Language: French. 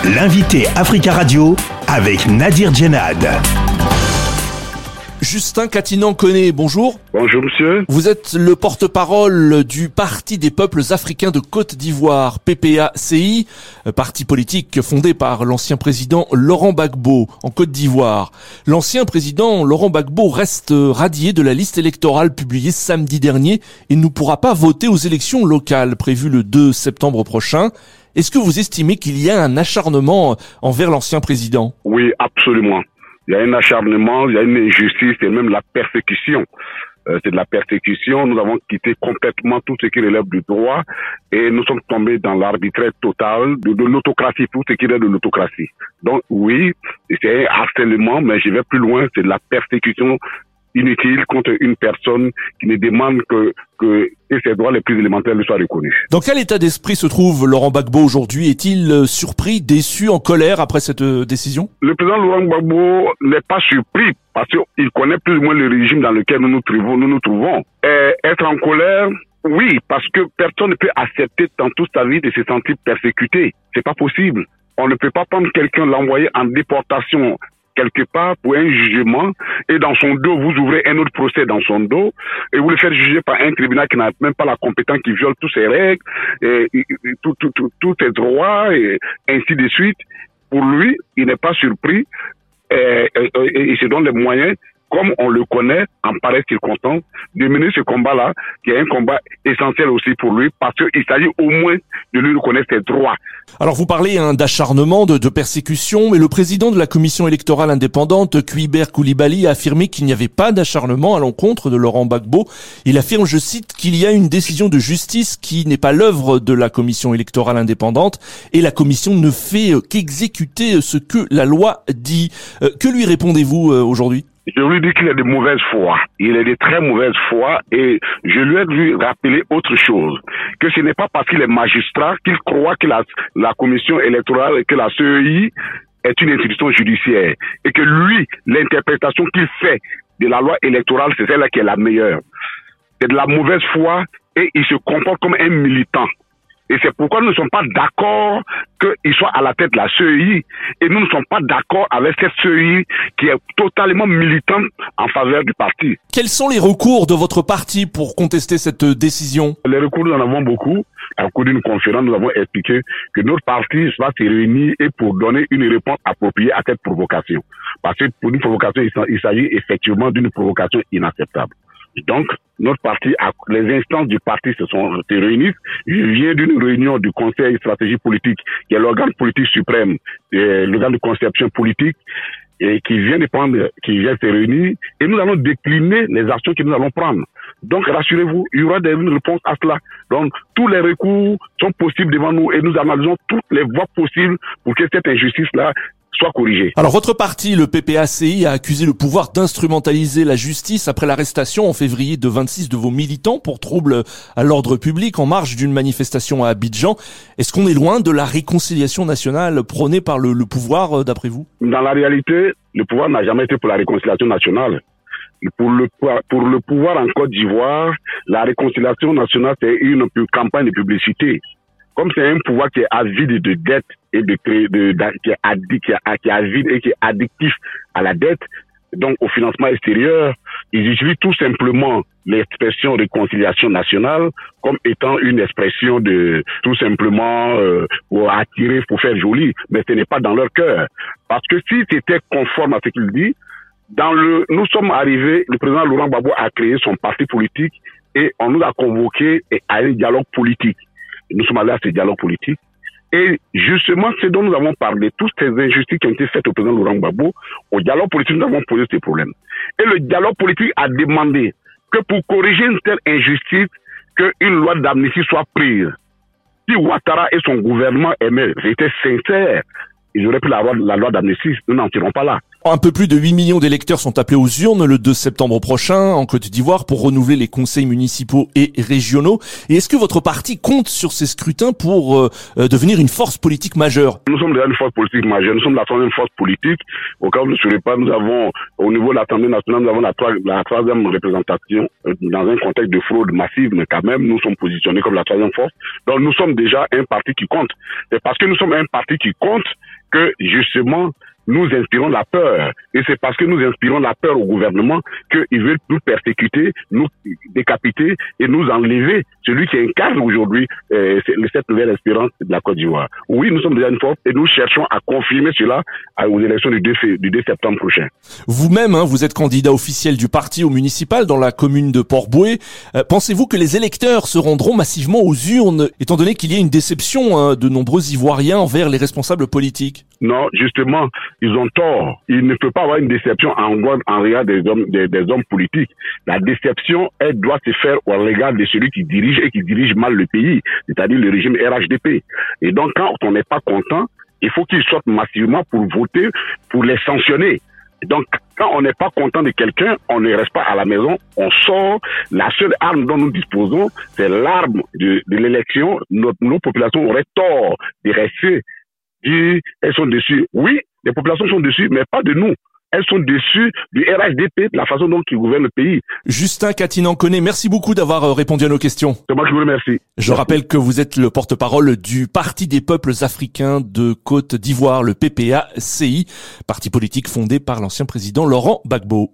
L'invité Africa Radio avec Nadir Djenad. Justin Katinan-Koné, bonjour. Bonjour monsieur. Vous êtes le porte-parole du Parti des peuples africains de Côte d'Ivoire, PPACI, parti politique fondé par l'ancien président Laurent Gbagbo en Côte d'Ivoire. L'ancien président Laurent Gbagbo reste radié de la liste électorale publiée samedi dernier et ne pourra pas voter aux élections locales prévues le 2 septembre prochain. Est-ce que vous estimez qu'il y a un acharnement envers l'ancien président ? Oui, absolument. Il y a un acharnement, il y a une injustice et même la persécution. C'est de la persécution. Nous avons quitté complètement tout ce qui relève du droit et nous sommes tombés dans l'arbitraire total de l'autocratie, tout ce qui est de l'autocratie. Donc oui, c'est un harcèlement, mais je vais plus loin, c'est de la persécution inutile contre une personne qui ne demande que ses droits les plus élémentaires lui soient reconnus. Dans quel état d'esprit se trouve Laurent Gbagbo aujourd'hui ? Est-il surpris, déçu, en colère après cette décision ? Le président Laurent Gbagbo n'est pas surpris parce qu'il connaît plus ou moins le régime dans lequel nous nous trouvons. Être en colère, oui, parce que personne ne peut accepter dans toute sa vie de se sentir persécuté. C'est pas possible. On ne peut pas prendre quelqu'un, l'envoyer en déportation quelque part pour un jugement et dans son dos vous ouvrez un autre procès dans son dos et vous le faites juger par un tribunal qui n'a même pas la compétence, qui viole toutes ses règles et tous ses droits et ainsi de suite. Pour lui, il n'est pas surpris et il se donne les moyens, comme on le connaît en pareille circonstance, de mener ce combat-là, qui est un combat essentiel aussi pour lui, parce qu'il s'agit au moins de lui reconnaître ses droits. Alors vous parlez d'acharnement, de persécution, mais le président de la commission électorale indépendante, Kuiber Koulibaly, a affirmé qu'il n'y avait pas d'acharnement à l'encontre de Laurent Gbagbo. Il affirme, je cite, qu'il y a une décision de justice qui n'est pas l'œuvre de la commission électorale indépendante et la commission ne fait qu'exécuter ce que la loi dit. Que lui répondez-vous aujourd'hui ? Je lui dis qu'il est de mauvaise foi. Il est de très mauvaise foi et je lui ai dû rappeler autre chose. Que ce n'est pas parce qu'il est magistrat qu'il croit que la commission électorale et que la CEI est une institution judiciaire. Et que lui, l'interprétation qu'il fait de la loi électorale, c'est celle-là qui est la meilleure. C'est de la mauvaise foi et il se comporte comme un militant. Et c'est pourquoi nous ne sommes pas d'accord qu'il soit à la tête de la CEI. Et nous ne sommes pas d'accord avec cette CEI qui est totalement militante en faveur du parti. Quels sont les recours de votre parti pour contester cette décision ? Les recours, nous en avons beaucoup. À cours d'une conférence, nous avons expliqué que notre parti va se réunir et pour donner une réponse appropriée à cette provocation. Parce que pour une provocation, il s'agit effectivement d'une provocation inacceptable. Donc, notre parti, les instances du parti se réunissent. Je viens d'une réunion du Conseil stratégie politique, qui est l'organe politique suprême, l'organe de conception politique, et qui vient se réunir, et nous allons décliner les actions que nous allons prendre. Donc, rassurez-vous, il y aura une réponse à cela. Donc, tous les recours sont possibles devant nous, et nous analysons toutes les voies possibles pour que cette injustice-là soit corrigée. Alors votre parti, le PPACI, a accusé le pouvoir d'instrumentaliser la justice après l'arrestation en février de 26 de vos militants pour trouble à l'ordre public en marge d'une manifestation à Abidjan. Est-ce qu'on est loin de la réconciliation nationale prônée par le pouvoir, d'après vous ? Dans la réalité, le pouvoir n'a jamais été pour la réconciliation nationale. Pour le pouvoir en Côte d'Ivoire, la réconciliation nationale, c'est une campagne de publicité. Comme c'est un pouvoir qui est avide de dette et qui est avide et qui est addictif à la dette, donc au financement extérieur, ils utilisent tout simplement l'expression réconciliation nationale comme étant une expression de tout simplement pour attirer, pour faire joli, mais ce n'est pas dans leur cœur. Parce que si c'était conforme à ce qu'il dit, nous sommes arrivés, le président Laurent Gbagbo a créé son parti politique et on nous a convoqués à un dialogue politique. Nous sommes allés à ce dialogue politique. Et justement, ce dont nous avons parlé, toutes ces injustices qui ont été faites au président Laurent Gbagbo, au dialogue politique, nous avons posé ces problèmes. Et le dialogue politique a demandé que pour corriger une telle injustice, qu'une loi d'amnistie soit prise. Si Ouattara et son gouvernement étaient sincères, ils auraient pris la loi d'amnistie. Nous n'en tirons pas là. Un peu plus de 8 millions d'électeurs sont appelés aux urnes le 2 septembre prochain en Côte d'Ivoire pour renouveler les conseils municipaux et régionaux. Et est-ce que votre parti compte sur ces scrutins pour devenir une force politique majeure? Nous sommes déjà une force politique majeure. Nous sommes la troisième force politique. Au cas où vous ne savez pas, nous avons, au niveau de l'Assemblée nationale, nous avons la troisième représentation dans un contexte de fraude massive, mais quand même, nous sommes positionnés comme la troisième force. Donc, nous sommes déjà un parti qui compte. C'est parce que nous sommes un parti qui compte que, justement, nous inspirons la peur. Et c'est parce que nous inspirons la peur au gouvernement qu'ils veulent nous persécuter, nous décapiter et nous enlever celui qui incarne aujourd'hui cette nouvelle espérance de la Côte d'Ivoire. Oui, nous sommes déjà une force et nous cherchons à confirmer cela aux élections du 2 septembre prochain. Vous-même, vous êtes candidat officiel du parti au municipal dans la commune de Port-Bouët. Pensez-vous que les électeurs se rendront massivement aux urnes, étant donné qu'il y a une déception de nombreux Ivoiriens envers les responsables politiques? Non, justement, ils ont tort. Il ne peut pas avoir une déception en regard des hommes politiques. La déception, elle doit se faire au regard de celui qui dirige et qui dirige mal le pays, c'est-à-dire le régime RHDP. Et donc, quand on n'est pas content, il faut qu'ils sortent massivement pour voter, pour les sanctionner. Donc, quand on n'est pas content de quelqu'un, on ne reste pas à la maison, on sort. La seule arme dont nous disposons, c'est l'arme de l'élection. Nos populations auraient tort de rester. Elles sont dessus. Oui, les populations sont dessus, mais pas de nous. Elles sont dessus du RHDP, de la façon dont ils gouvernent le pays. Justin Katinan-Koné, merci beaucoup d'avoir répondu à nos questions. C'est moi qui vous remercie. Je rappelle que vous êtes le porte-parole du Parti des peuples africains de Côte d'Ivoire, le PPA-CI, parti politique fondé par l'ancien président Laurent Gbagbo.